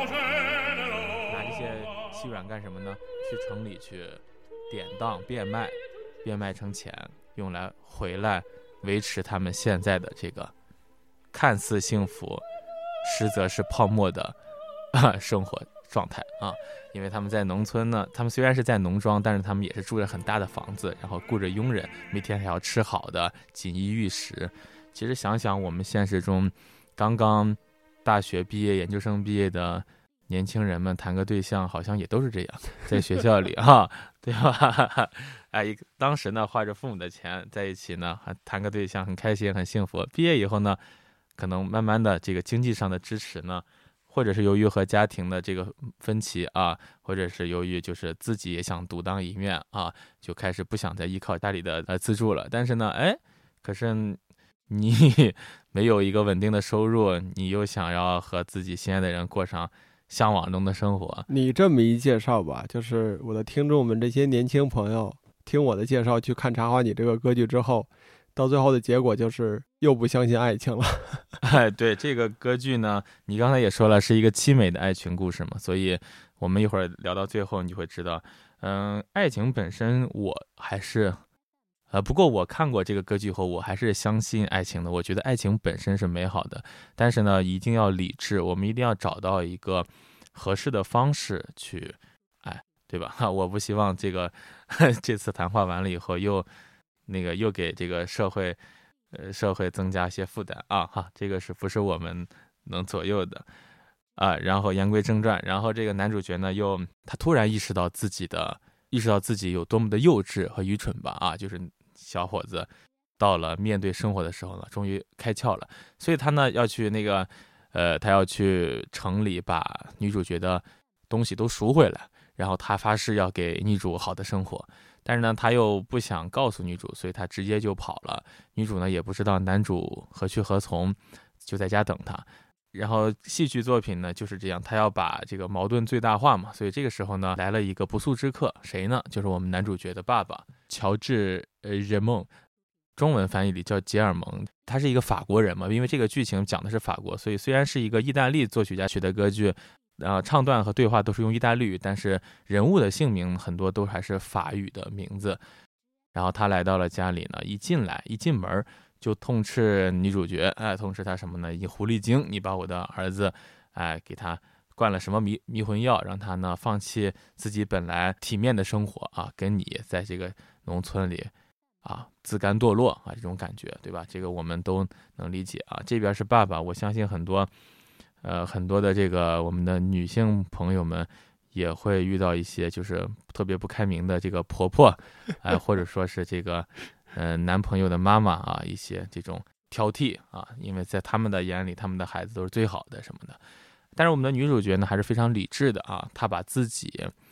拿这些细软干什么呢？去城里去典当变卖，变卖成钱，用来回来维持他们现在的这个看似幸福，实则是泡沫的生活状态啊。因为他们在农村呢，他们虽然是在农庄，但是他们也是住着很大的房子，然后雇着佣人，每天还要吃好的，锦衣玉食。其实想想我们现实中刚刚大学毕业、研究生毕业的年轻人们谈个对象，好像也都是这样，在学校里对吧？哎，当时呢花着父母的钱在一起呢，还谈个对象，很开心，很幸福。毕业以后呢，可能慢慢的这个经济上的支持呢，或者是由于和家庭的这个分歧啊，或者是由于就是自己也想独当一面啊，就开始不想再依靠家里的资助了。但是呢，可是你没有一个稳定的收入，你又想要和自己心爱的人过上向往中的生活。 你这么一介绍吧，就是我的听众们这些年轻朋友听我的介绍去看《茶花女》这个歌剧之后，到最后的结果就是又不相信爱情了。 对，这个歌剧呢，你刚才也说了是一个凄美的爱情故事嘛，所以我们一会儿聊到最后你就会知道，爱情本身我还是不过我看过这个歌剧后，我还是相信爱情的。我觉得爱情本身是美好的，但是呢，一定要理智，我们一定要找到一个合适的方式去爱，对吧？我不希望这个这次谈话完了以后又给这个社会增加一些负担啊这个是不是我们能左右的啊？然后言归正传，然后这个男主角呢，他突然意识到自己有多么的幼稚和愚蠢吧就是小伙子到了面对生活的时候呢，终于开窍了，所以他呢要去他要去城里把女主角的东西都赎回来，然后他发誓要给女主好的生活，但是呢他又不想告诉女主，所以他直接就跑了。女主呢也不知道男主何去何从，就在家等他。然后戏剧作品呢就是这样，他要把这个矛盾最大化嘛，所以这个时候呢来了一个不速之客，谁呢？就是我们男主角的爸爸乔治任梦，中文翻译里叫吉尔蒙。他是一个法国人嘛，因为这个剧情讲的是法国，所以虽然是一个意大利作曲家写的歌剧，唱段和对话都是用意大利语，但是人物的姓名很多都还是法语的名字。然后他来到了家里呢，一进门就痛斥女主角，痛斥她什么呢？你狐狸精，你把我的儿子，给他灌了什么迷魂药，让他呢放弃自己本来体面的生活跟你在这个农村里自甘堕落这种感觉，对吧？这个我们都能理解这边是爸爸，我相信很多的这个我们的女性朋友们也会遇到一些就是特别不开明的这个婆婆，或者说是这个男朋友的妈妈一些这种挑剔因为在他们的眼里，他们的孩子都是最好的什么的。但是我们的女主角呢，还是非常理智的她把自己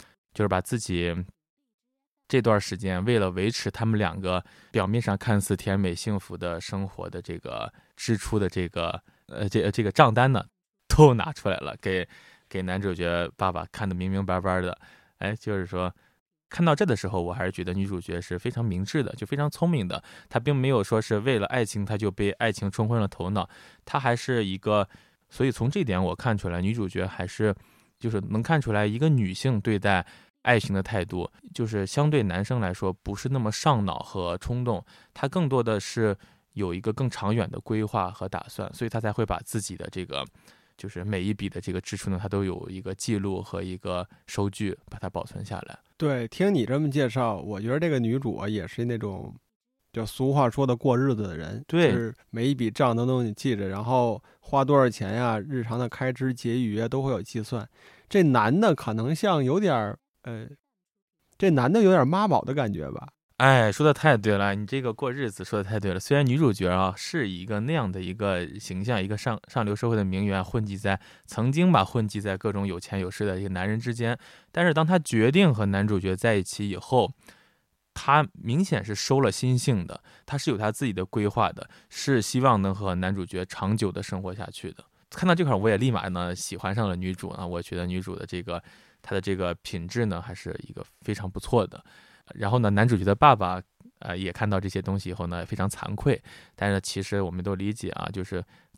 这段时间为了维持他们两个表面上看似甜美幸福的生活的这个支出的这个账单呢，都拿出来了，给男主角爸爸看得明明白白的。就是说看到这的时候，我还是觉得女主角是非常明智的，就非常聪明的。她并没有说是为了爱情，她就被爱情冲昏了头脑，她还是一个。所以从这点我看出来，女主角还是就是能看出来一个女性对待爱情的态度，就是相对男生来说不是那么上脑和冲动，她更多的是有一个更长远的规划和打算，所以她才会把自己的这个就是每一笔的这个支出呢，她都有一个记录和一个收据，把它保存下来。 对，听你这么介绍，我觉得这个女主也是那种就俗话说的过日子的人， 对， 就是每一笔账都能记着，然后花多少钱呀，日常的开支结余都会有计算。这男的可能像有点这男的有点妈宝的感觉吧。 说的太对了，你这个过日子说的太对了。虽然女主角是一个那样的一个形象，一个上流社会的名媛，曾经混迹在各种有钱有势的一个男人之间，但是当她决定和男主角在一起以后，她明显是收了心性的，她是有她自己的规划的，是希望能和男主角长久的生活下去的。看到这块，我也立马呢喜欢上了女主我觉得女主的她的这个品质呢，还是一个非常不错的。然后呢，男主角的爸爸也看到这些东西以后呢，非常惭愧。但是其实我们都理解就是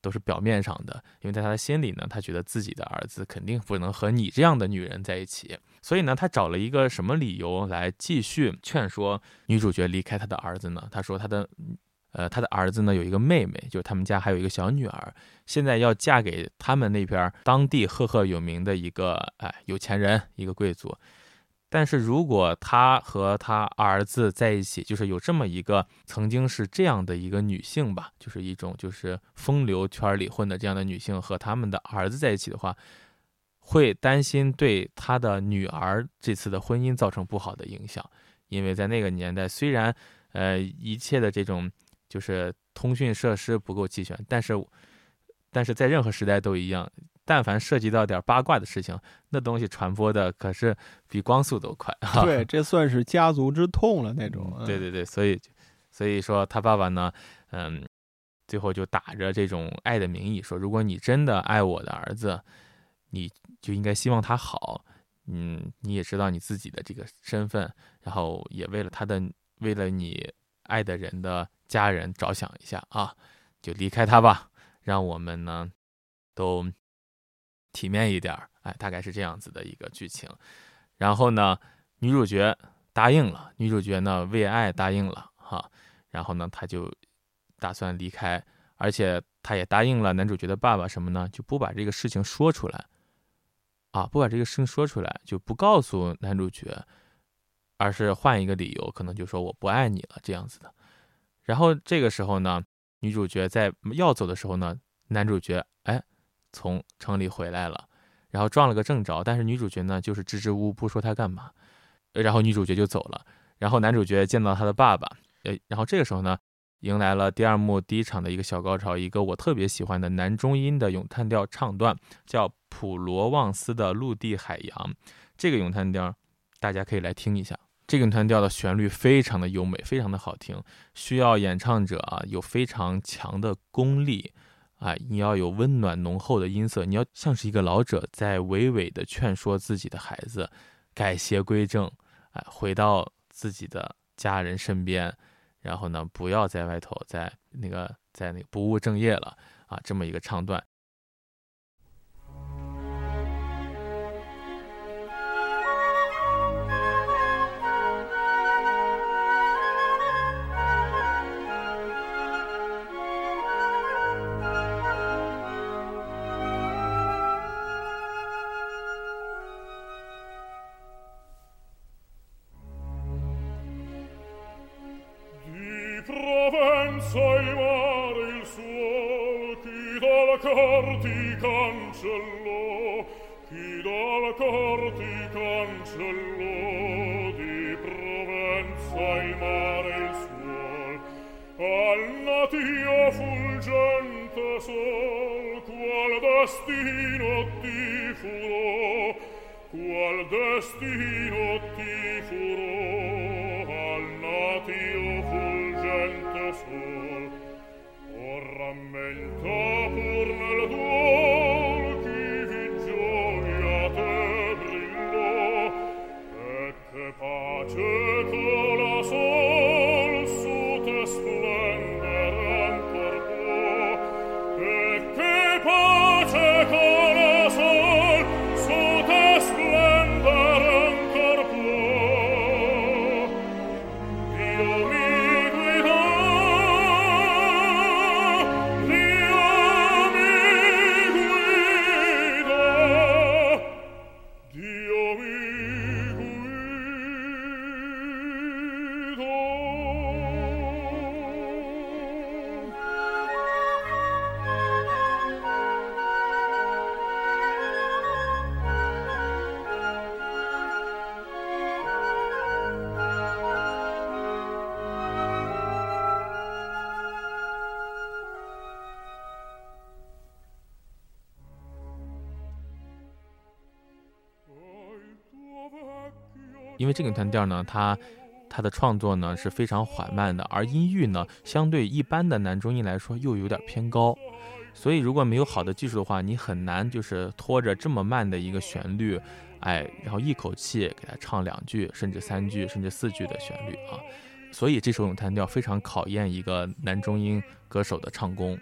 都是表面上的，因为在他的心里呢，他觉得自己的儿子肯定不能和你这样的女人在一起，所以呢，他找了一个什么理由来继续劝说女主角离开他的儿子呢？他说他的儿子呢有一个妹妹，就是他们家还有一个小女儿，现在要嫁给他们那边当地赫赫有名的一个有钱人，一个贵族。但是如果他和他儿子在一起，就是有这么一个曾经是这样的一个女性吧，就是一种就是风流圈里混的这样的女性和他们的儿子在一起的话，会担心对他的女儿这次的婚姻造成不好的影响。因为在那个年代，虽然一切的这种就是通讯设施不够齐全，但是在任何时代都一样，但凡涉及到点八卦的事情，那东西传播的可是比光速都快。 对，这算是家族之痛了那种。 对对对，所以说他爸爸呢，最后就打着这种爱的名义说，如果你真的爱我的儿子，你就应该希望他好。你也知道你自己的这个身份，然后也为了你爱的人的家人着想一下啊，就离开他吧，让我们呢都体面一点，大概是这样子的一个剧情。然后呢，女主角答应了，女主角呢为爱答应了哈，然后呢她就打算离开，而且她也答应了男主角的爸爸什么呢？就不把这个事情说出来不把这个事情说出来，就不告诉男主角，而是换一个理由，可能就说我不爱你了这样子的。然后这个时候呢，女主角在要走的时候呢，男主角从城里回来了，然后撞了个正着，但是女主角呢就是支支吾吾不说他干嘛，然后女主角就走了，然后男主角见到他的爸爸，然后这个时候呢迎来了第二幕第一场的一个小高潮，一个我特别喜欢的男中音的咏叹调唱段，叫普罗旺斯的陆地海洋。这个咏叹调大家可以来听一下，这个咏叹调的旋律非常的优美，非常的好听，需要演唱者有非常强的功力你要有温暖浓厚的音色，你要像是一个老者在娓娓的劝说自己的孩子改邪归正，回到自己的家人身边，然后呢不要在外头在那个不务正业了这么一个唱段。 Provenza il mare il suol, chi dal cor ti cancellò, chi dal cor ti cancellò, di Provenza il mare il suol, al natio fulgente sol, qual destino ti furò, qual destino ti furò, al natio fulgente sol. O rammenta pur nel duol chi vi gioia te brillò, e che pace con la sol su te splendere ancor può, e che pace con la sol su te splendere ancor può. Dio mi guidò, Dio mi guidò, Dio mi guidò. 因为这个咏叹调呢，它的创作呢是非常缓慢的，而音域呢相对一般的男中音来说又有点偏高，所以如果没有好的技术的话，你很难就是拖着这么慢的一个旋律，然后一口气给它唱2句甚至3句甚至4句的旋律所以这首咏叹调非常考验一个男中音歌手的唱功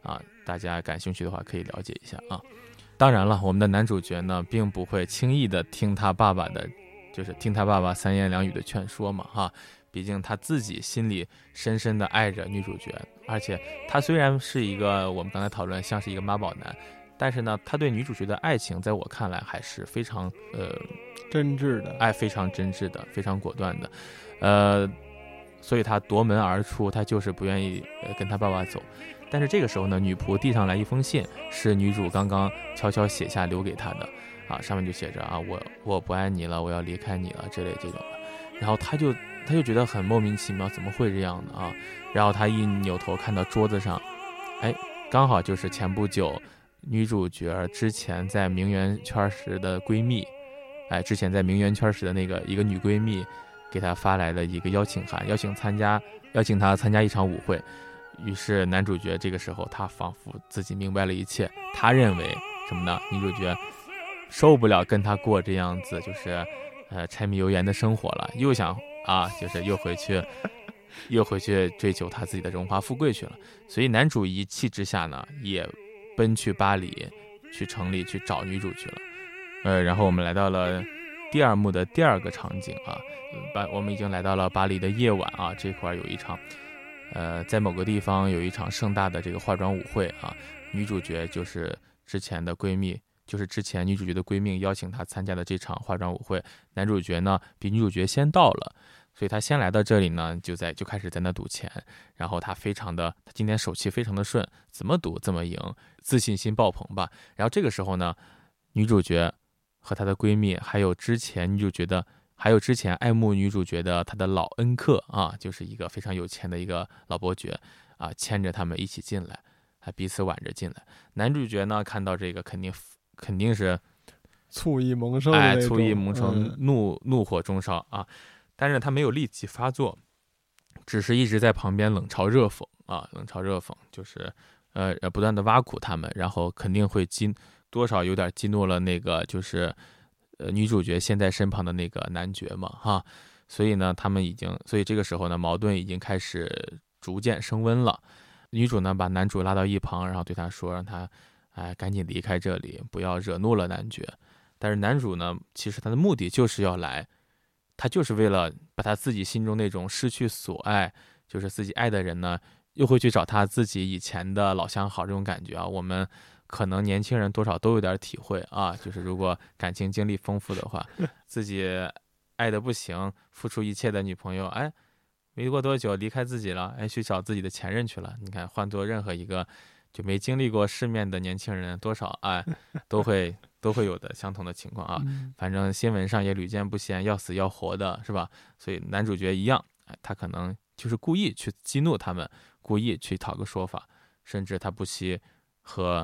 啊，大家感兴趣的话可以了解一下啊。当然了，我们的男主角呢，并不会轻易的听他爸爸的，就是听他爸爸三言两语的劝说嘛，哈。毕竟他自己心里深深的爱着女主角，而且他虽然是一个我们刚才讨论像是一个妈宝男，但是呢，他对女主角的爱情，在我看来还是非常真挚的， 爱非常真挚的，非常果断的，所以他夺门而出，他就是不愿意跟他爸爸走。但是这个时候呢，女仆递上来一封信，是女主刚刚悄悄写下留给他的啊，上面就写着啊，我不爱你了，我要离开你了之类这种的。然后他就觉得很莫名其妙，怎么会这样呢啊？然后他一扭头看到桌子上，哎，刚好就是前不久女主角之前在名媛圈时的闺蜜，哎，之前在名媛圈时的一个女闺蜜给她发来了一个邀请函，邀请她参加一场舞会。于是男主角这个时候他仿佛自己明白了一切，他认为什么呢？女主角受不了跟他过这样子就是柴米油盐的生活了，又想啊，就是又回去追求他自己的荣华富贵去了。所以男主一气之下呢，也奔去巴黎，去城里去找女主去了。然后我们来到了第二幕的第二个场景啊，我们已经来到了巴黎的夜晚啊，这块有一场在某个地方有一场盛大的这个化妆舞会啊，女主角就是之前的闺蜜，就是之前女主角的闺蜜邀请她参加的这场化妆舞会，男主角呢比女主角先到了，所以他先来到这里呢，就开始在那赌钱，然后他今天手气非常的顺，怎么赌怎么赢，自信心爆棚吧。然后这个时候呢，女主角和她的闺蜜，还有之前爱慕女主角的她的老恩客啊，就是一个非常有钱的一个老伯爵啊，牵着他们一起进来，还彼此挽着进来。男主角呢看到这个肯定是醋意蒙生的那种， 醋意蒙生，怒火中烧啊！但是他没有立即发作，只是一直在旁边冷嘲热讽啊，就是不断的挖苦他们，然后肯定会多少有点激怒了那个就是女主角现在身旁的那个男爵嘛哈，所以呢所以这个时候呢矛盾已经开始逐渐升温了。女主呢把男主拉到一旁，然后对他说，让他赶紧离开这里，不要惹怒了男爵。但是男主呢，其实他的目的就是要来，他就是为了把他自己心中那种失去所爱，就是自己爱的人呢，又会去找他自己以前的老相好这种感觉啊。我们可能年轻人多少都有点体会啊，就是如果感情经历丰富的话，自己爱的不行，付出一切的女朋友，没过多久离开自己了，去找自己的前任去了。你看，换做任何一个就没经历过世面的年轻人，多少都会有的相同的情况啊。反正新闻上也屡见不鲜，要死要活的是吧？所以男主角一样，他可能就是故意去激怒他们，故意去讨个说法，甚至他不惜和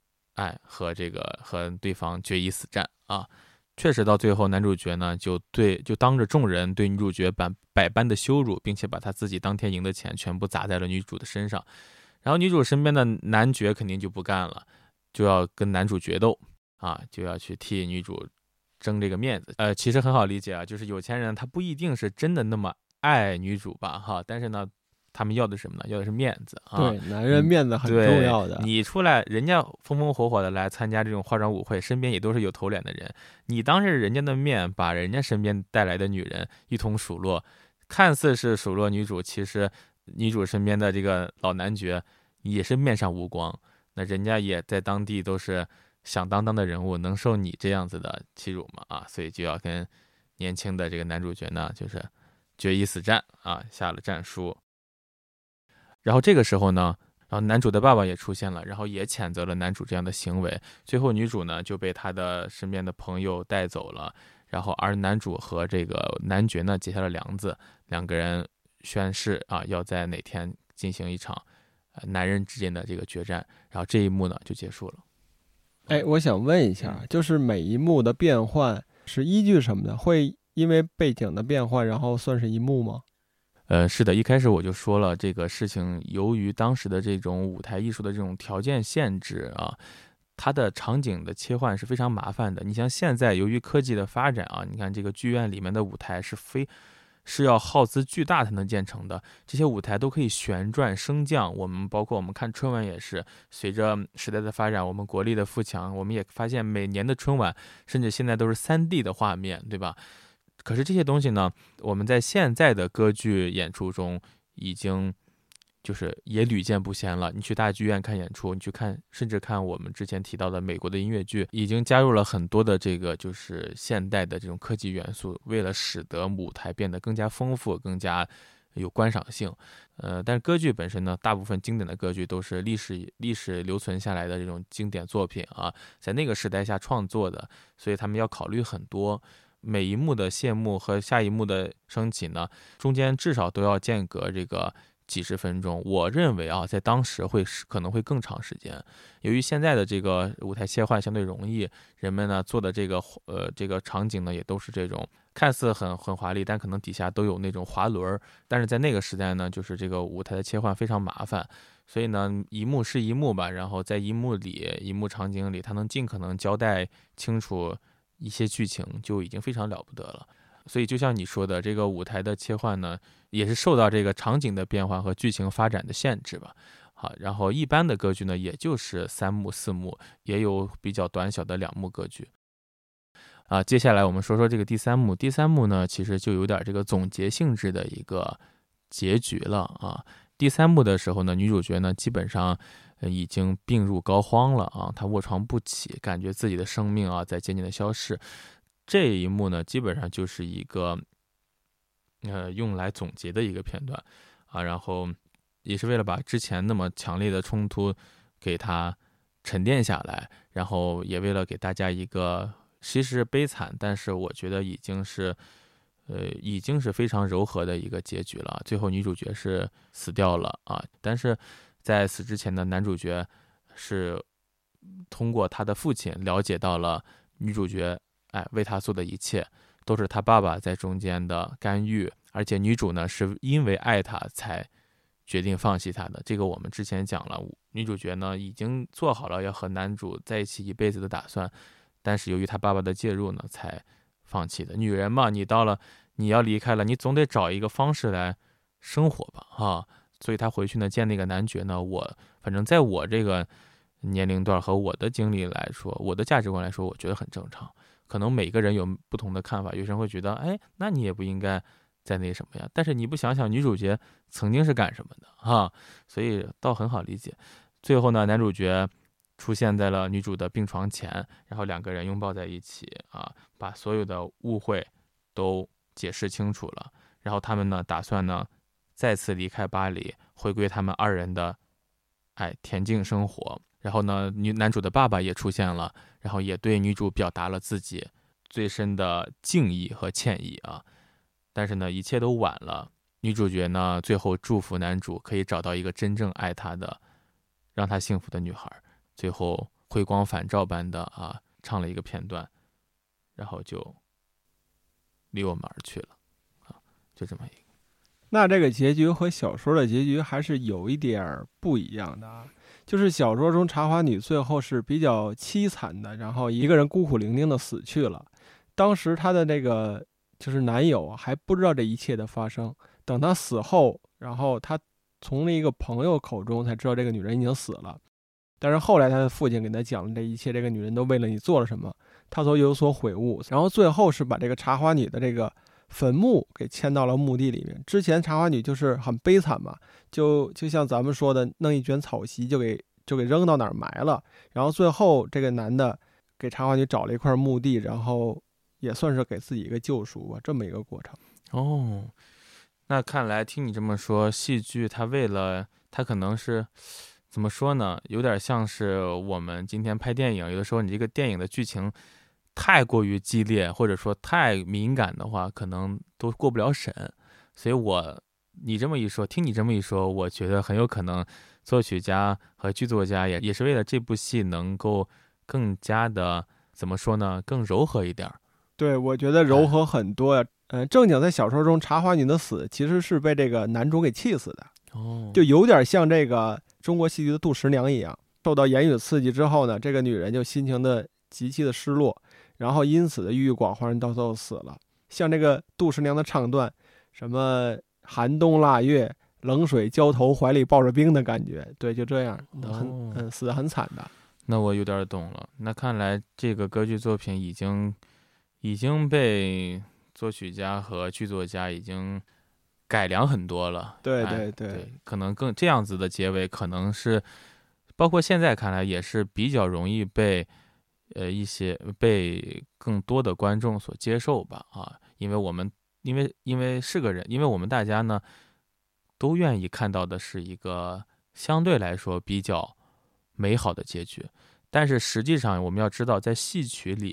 对方决一死战啊。确实到最后，男主角呢就当着众人对女主角百般的羞辱，并且把他自己当天赢的钱全部砸在了女主的身上。然后女主身边的男爵肯定就不干了，就要跟男主决斗啊，就要去替女主争这个面子。其实很好理解啊，就是有钱人他不一定是真的那么爱女主吧哈，但是呢他们要的是什么呢？要的是面子啊！ 对，男人面子很重要的。 你出来，人家风风火火的来参加这种化妆舞会，身边也都是有头脸的人。你当着人家的面，把人家身边带来的女人一同数落，看似是数落女主，其实女主身边的这个老男爵也是面上无光。那人家也在当地都是响当当的人物，能受你这样子的欺辱吗？啊，所以就要跟年轻的这个男主角呢，就是决一死战啊，下了战书。然后这个时候呢，然后男主的爸爸也出现了，然后也谴责了男主这样的行为。最后女主呢就被他的身边的朋友带走了，然后而男主和这个男爵呢结下了梁子，两个人宣誓啊要在哪天进行一场男人之间的这个决战。然后这一幕呢就结束了。 我想问一下，就是每一幕的变换是依据什么的？会因为背景的变换然后算是一幕吗？ 是的，一开始我就说了，这个事情由于当时的这种舞台艺术的这种条件限制啊，它的场景的切换是非常麻烦的。你像现在由于科技的发展啊，你看这个剧院里面的舞台是是要耗资巨大才能建成的，这些舞台都可以旋转升降。包括我们看春晚也是，随着时代的发展，我们国力的富强，我们也发现每年的春晚甚至现在都是3D 的画面，对吧？可是这些东西呢，我们在现在的歌剧演出中已经就是也屡见不鲜了。你去大剧院看演出，你去看，甚至看我们之前提到的美国的音乐剧，已经加入了很多的这个就是现代的这种科技元素，为了使得舞台变得更加丰富，更加有观赏性。但是歌剧本身呢，大部分经典的歌剧都是历史留存下来的这种经典作品啊，在那个时代下创作的，所以他们要考虑很多。每一幕的谢幕和下一幕的升起呢，中间至少都要间隔这个几十分钟。我认为啊，在当时可能会更长时间。由于现在的这个舞台切换相对容易，人们呢做的这个场景呢也都是这种看似很华丽，但可能底下都有那种滑轮。但是在那个时代呢，就是这个舞台的切换非常麻烦，所以呢一幕是一幕吧，然后在一幕场景里，它能尽可能交代清楚一些剧情就已经非常了不得了。所以就像你说的，这个舞台的切换呢，也是受到这个场景的变化和剧情发展的限制吧。好，然后一般的歌剧呢，也就是3幕4幕，也有比较短小的2幕歌剧。接下来我们说说这个第3幕。第3幕呢，其实就有点这个总结性质的一个结局了啊。第3幕的时候呢，女主角呢基本上已经病入膏肓了啊，她卧床不起，感觉自己的生命啊在渐渐的消逝。这一幕呢，基本上就是一个用来总结的一个片段啊，然后也是为了把之前那么强烈的冲突给它沉淀下来，然后也为了给大家一个其实悲惨，但是我觉得已经是非常柔和的一个结局了。最后女主角是死掉了啊，但是在死之前的男主角是通过他的父亲了解到了女主角为他做的一切都是他爸爸在中间的干预，而且女主呢是因为爱他才决定放弃他的。这个我们之前讲了，女主角呢已经做好了要和男主在一起一辈子的打算，但是由于他爸爸的介入呢才放弃的。女人嘛，你要离开了，你总得找一个方式来生活吧哈。所以他回去呢见那个男爵呢，反正在我这个年龄段和我的经历来说，我的价值观来说，我觉得很正常。可能每个人有不同的看法，有些人会觉得那你也不应该在那什么呀，但是你不想想女主角曾经是干什么的哈，所以倒很好理解。最后呢，男主角出现在了女主的病床前，然后2个人拥抱在一起啊，把所有的误会都解释清楚了。然后他们呢打算呢再次离开巴黎，回归他们2人的恬静生活。然后呢，男主的爸爸也出现了，然后也对女主表达了自己最深的敬意和歉意啊。但是呢，一切都晚了。女主角呢，最后祝福男主可以找到一个真正爱他的、让他幸福的女孩。最后回光返照般的唱了一个片段，然后就离我们而去了就这么一个。 那这个结局和小说的结局还是有一点不一样的啊。就是小说中茶花女最后是比较凄惨的，然后一个人孤苦伶仃的死去了。当时她的那个就是男友还不知道这一切的发生，等他死后，然后他从一个朋友口中才知道这个女人已经死了。但是后来他的父亲给他讲了这一切，这个女人都为了你做了什么，他都有所悔悟。然后最后是把这个茶花女的这个坟墓给迁到了墓地里面。之前茶花女就是很悲惨嘛，就像咱们说的，弄一卷草席就给扔到哪儿埋了。然后最后这个男的给茶花女找了一块墓地，然后也算是给自己一个救赎吧，这么一个过程。 那看来听你这么说，戏剧它可能是怎么说呢？有点像是我们今天拍电影，有的时候你这个电影的剧情太过于激烈，或者说太敏感的话，可能都过不了审。所以听你这么一说，我觉得很有可能作曲家和剧作家也是为了这部戏能够更加的怎么说呢，更柔和一点。 对，我觉得柔和很多呀。正经在小说中，茶花女的死其实是被这个男主给气死的。就有点像这个中国戏剧的杜十娘一样，受到言语刺激之后呢，这个女人就心情的极其的失落，然后因此的郁郁寡欢，到最后死了。像这个杜十娘的唱段， 什么寒冬腊月，冷水浇头，怀里抱着冰的感觉。对，就这样，死得很惨的。 那我有点懂了。那看来这个歌剧作品已经被作曲家和剧作家已经改良很多了。 对， 可能更这样子的结尾，可能是包括现在看来也是比较容易被被更多的观众所接受吧。因为我们是个人，因为我们大家呢都愿意看到的是一个相对来说比较美好的结局。但是实际上我们要知道，在戏剧里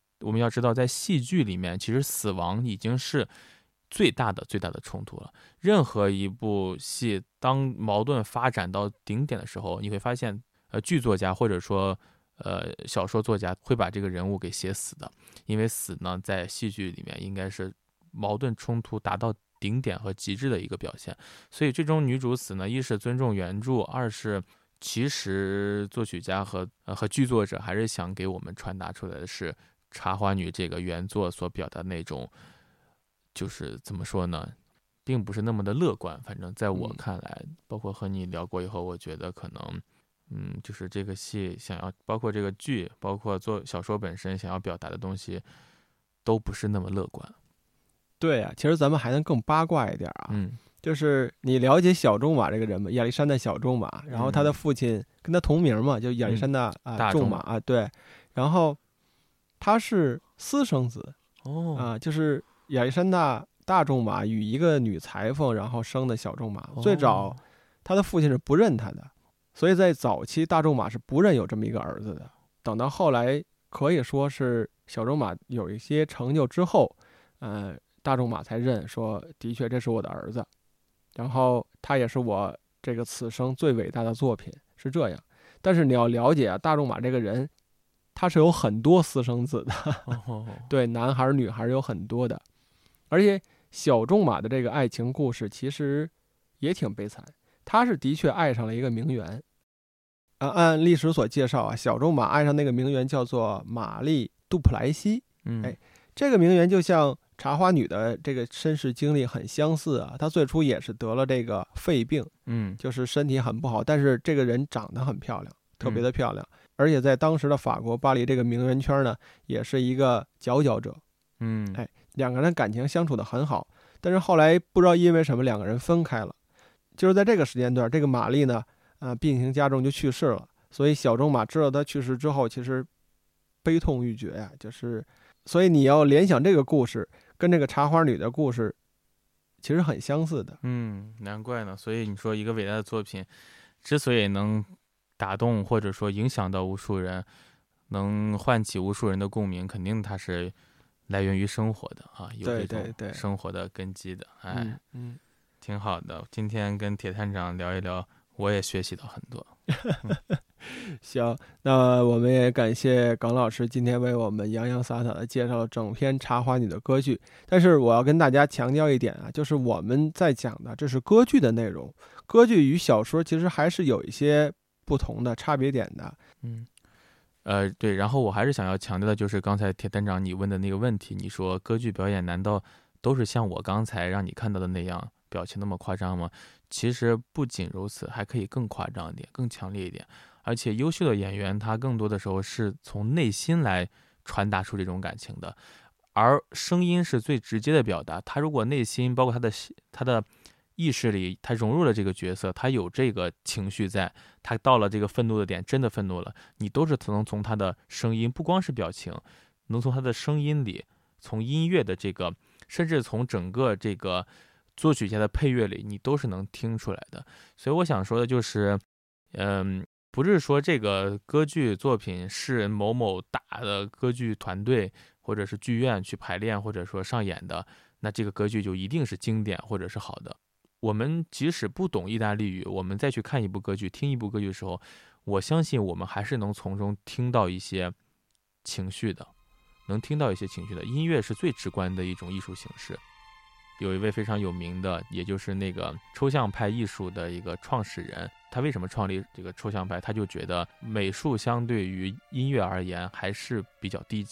面，其实死亡已经是最大的冲突了。任何一部戏当矛盾发展到顶点的时候，你会发现剧作家或者说小说作家会把这个人物给写死的。因为死呢在戏剧里面应该是矛盾冲突达到顶点和极致的一个表现。所以最终女主死呢，一是尊重原著，二是其实作曲家和剧作者还是想给我们传达出来的是茶花女这个原作所表达的那种，就是怎么说呢，并不是那么的乐观。反正在我看来，包括和你聊过以后，我觉得可能就是这个戏想要，包括这个剧，包括做小说本身想要表达的东西都不是那么乐观。 对啊，其实咱们还能更八卦一点啊。就是你了解小仲马这个人吗？亚历山大小仲马，然后他的父亲跟他同名嘛，就亚历山大仲马啊，对。然后他是私生子就是亚历山大大仲马与一个女裁缝，然后生的小仲马。最早他的父亲是不认他的，所以在早期大仲马是不认有这么一个儿子的。等到后来可以说是小仲马有一些成就之后，大仲马才认说，的确这是我的儿子。然后他也是我这个此生最伟大的作品，是这样。但是你要了解大仲马这个人，他是有很多私生子的，对，男孩女孩有很多的。而且小仲马的这个爱情故事其实也挺悲惨，他是的确爱上了一个名媛。按历史所介绍小仲马爱上那个名媛叫做玛丽·杜普莱西。这个名媛就像茶花女的这个身世经历很相似她最初也是得了这个肺病，就是身体很不好，但是这个人长得很漂亮，特别的漂亮，而且在当时的法国巴黎这个名人圈呢，也是一个佼佼者。两个人感情相处的很好，但是后来不知道因为什么两个人分开了。就是在这个时间段，这个玛丽呢，病情加重就去世了，所以小仲马知道她去世之后，其实悲痛欲绝呀，所以你要联想这个故事跟这个茶花女的故事其实很相似的。 难怪呢。所以你说一个伟大的作品之所以能打动或者说影响到无数人，能唤起无数人的共鸣，肯定它是来源于生活的有这种生活的根基的。挺好的。今天跟铁探长聊一聊，我也学习到很多。 行，那我们也感谢耿老师今天为我们洋洋洒洒的介绍了整篇《茶花女》的歌剧。但是我要跟大家强调一点就是我们在讲的这是歌剧的内容，歌剧与小说其实还是有一些不同的差别点的。 对，然后我还是想要强调的就是刚才铁探长你问的那个问题，你说歌剧表演难道都是像我刚才让你看到的那样表情那么夸张吗？其实不仅如此，还可以更夸张一点，更强烈一点。而且优秀的演员他更多的时候是从内心来传达出这种感情的，而声音是最直接的表达。他如果内心包括他的意识里，他融入了这个角色，他有这个情绪在，他到了这个愤怒的点，真的愤怒了，你都是能从他的声音，不光是表情，能从他的声音里，从音乐的这个，甚至从整个这个作曲家的配乐里，你都是能听出来的。所以我想说的就是，不是说这个歌剧作品是某某大的歌剧团队或者是剧院去排练或者说上演的，那这个歌剧就一定是经典或者是好的。我们即使不懂意大利语，我们再去看一部歌剧，听一部歌剧的时候，我相信我们还是能从中听到一些情绪的，音乐是最直观的一种艺术形式。有一位非常有名的，也就是那个抽象派艺术的一个创始人，他为什么创立这个抽象派？他就觉得美术相对于音乐而言还是比较低级，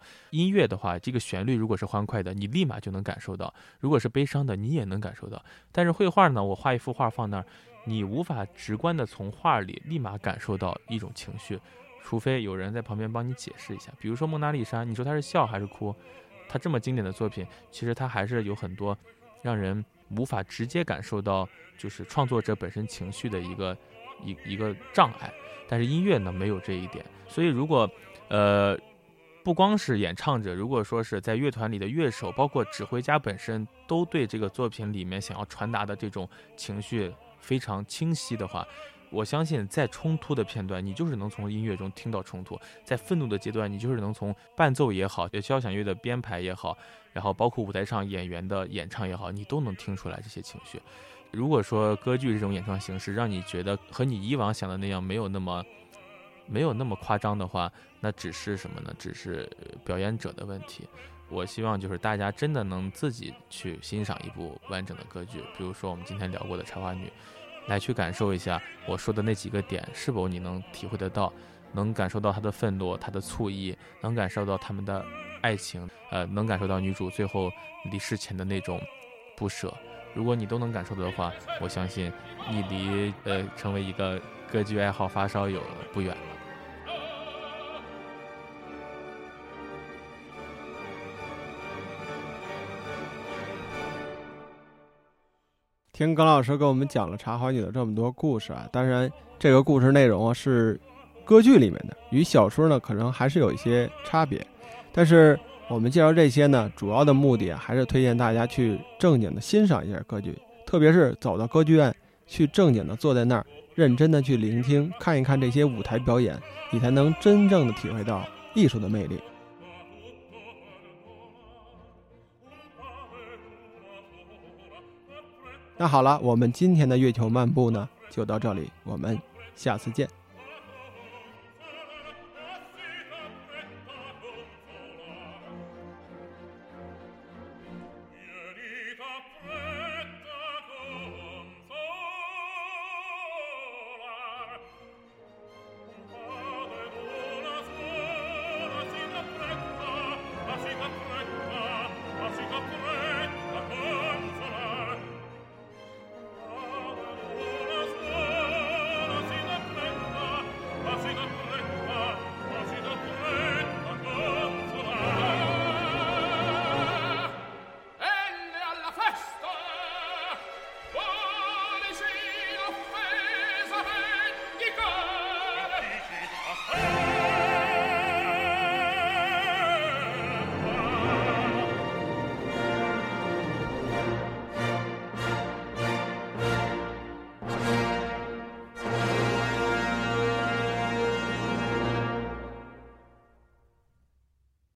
音乐的话，这个旋律如果是欢快的，你立马就能感受到；如果是悲伤的，你也能感受到。但是绘画呢，我画一幅画放那儿，你无法直观的从画里立马感受到一种情绪，除非有人在旁边帮你解释一下。比如说蒙娜丽莎，你说它是笑还是哭？它这么经典的作品，其实它还是有很多让人无法直接感受到，就是创作者本身情绪的一个障碍。但是音乐呢，没有这一点。所以如果不光是演唱者，如果说是在乐团里的乐手，包括指挥家本身，都对这个作品里面想要传达的这种情绪非常清晰的话，我相信在冲突的片段，你就是能从音乐中听到冲突；在愤怒的阶段，你就是能从伴奏也好，交响乐的编排也好，然后包括舞台上演员的演唱也好，你都能听出来这些情绪。如果说歌剧这种演唱形式让你觉得和你以往想的那样没有那么夸张的话，那只是什么呢？只是表演者的问题。我希望就是大家真的能自己去欣赏一部完整的歌剧，比如说我们今天聊过的《茶花女》，来去感受一下我说的那几个点是否你能体会得到，能感受到她的愤怒、她的醋意，能感受到他们的爱情，能感受到女主最后离世前的那种不舍。如果你都能感受到的话，我相信你离成为一个歌剧爱好发烧友不远了。 听耿老师给我们讲了茶花女的这么多故事啊，当然这个故事内容啊是歌剧里面的，与小说呢可能还是有一些差别，但是我们介绍这些呢，主要的目的还是推荐大家去正经的欣赏一下歌剧，特别是走到歌剧院去正经的坐在那儿，认真的去聆听，看一看这些舞台表演，你才能真正的体会到艺术的魅力。那好了，我们今天的月球漫步呢就到这里，我们下次见。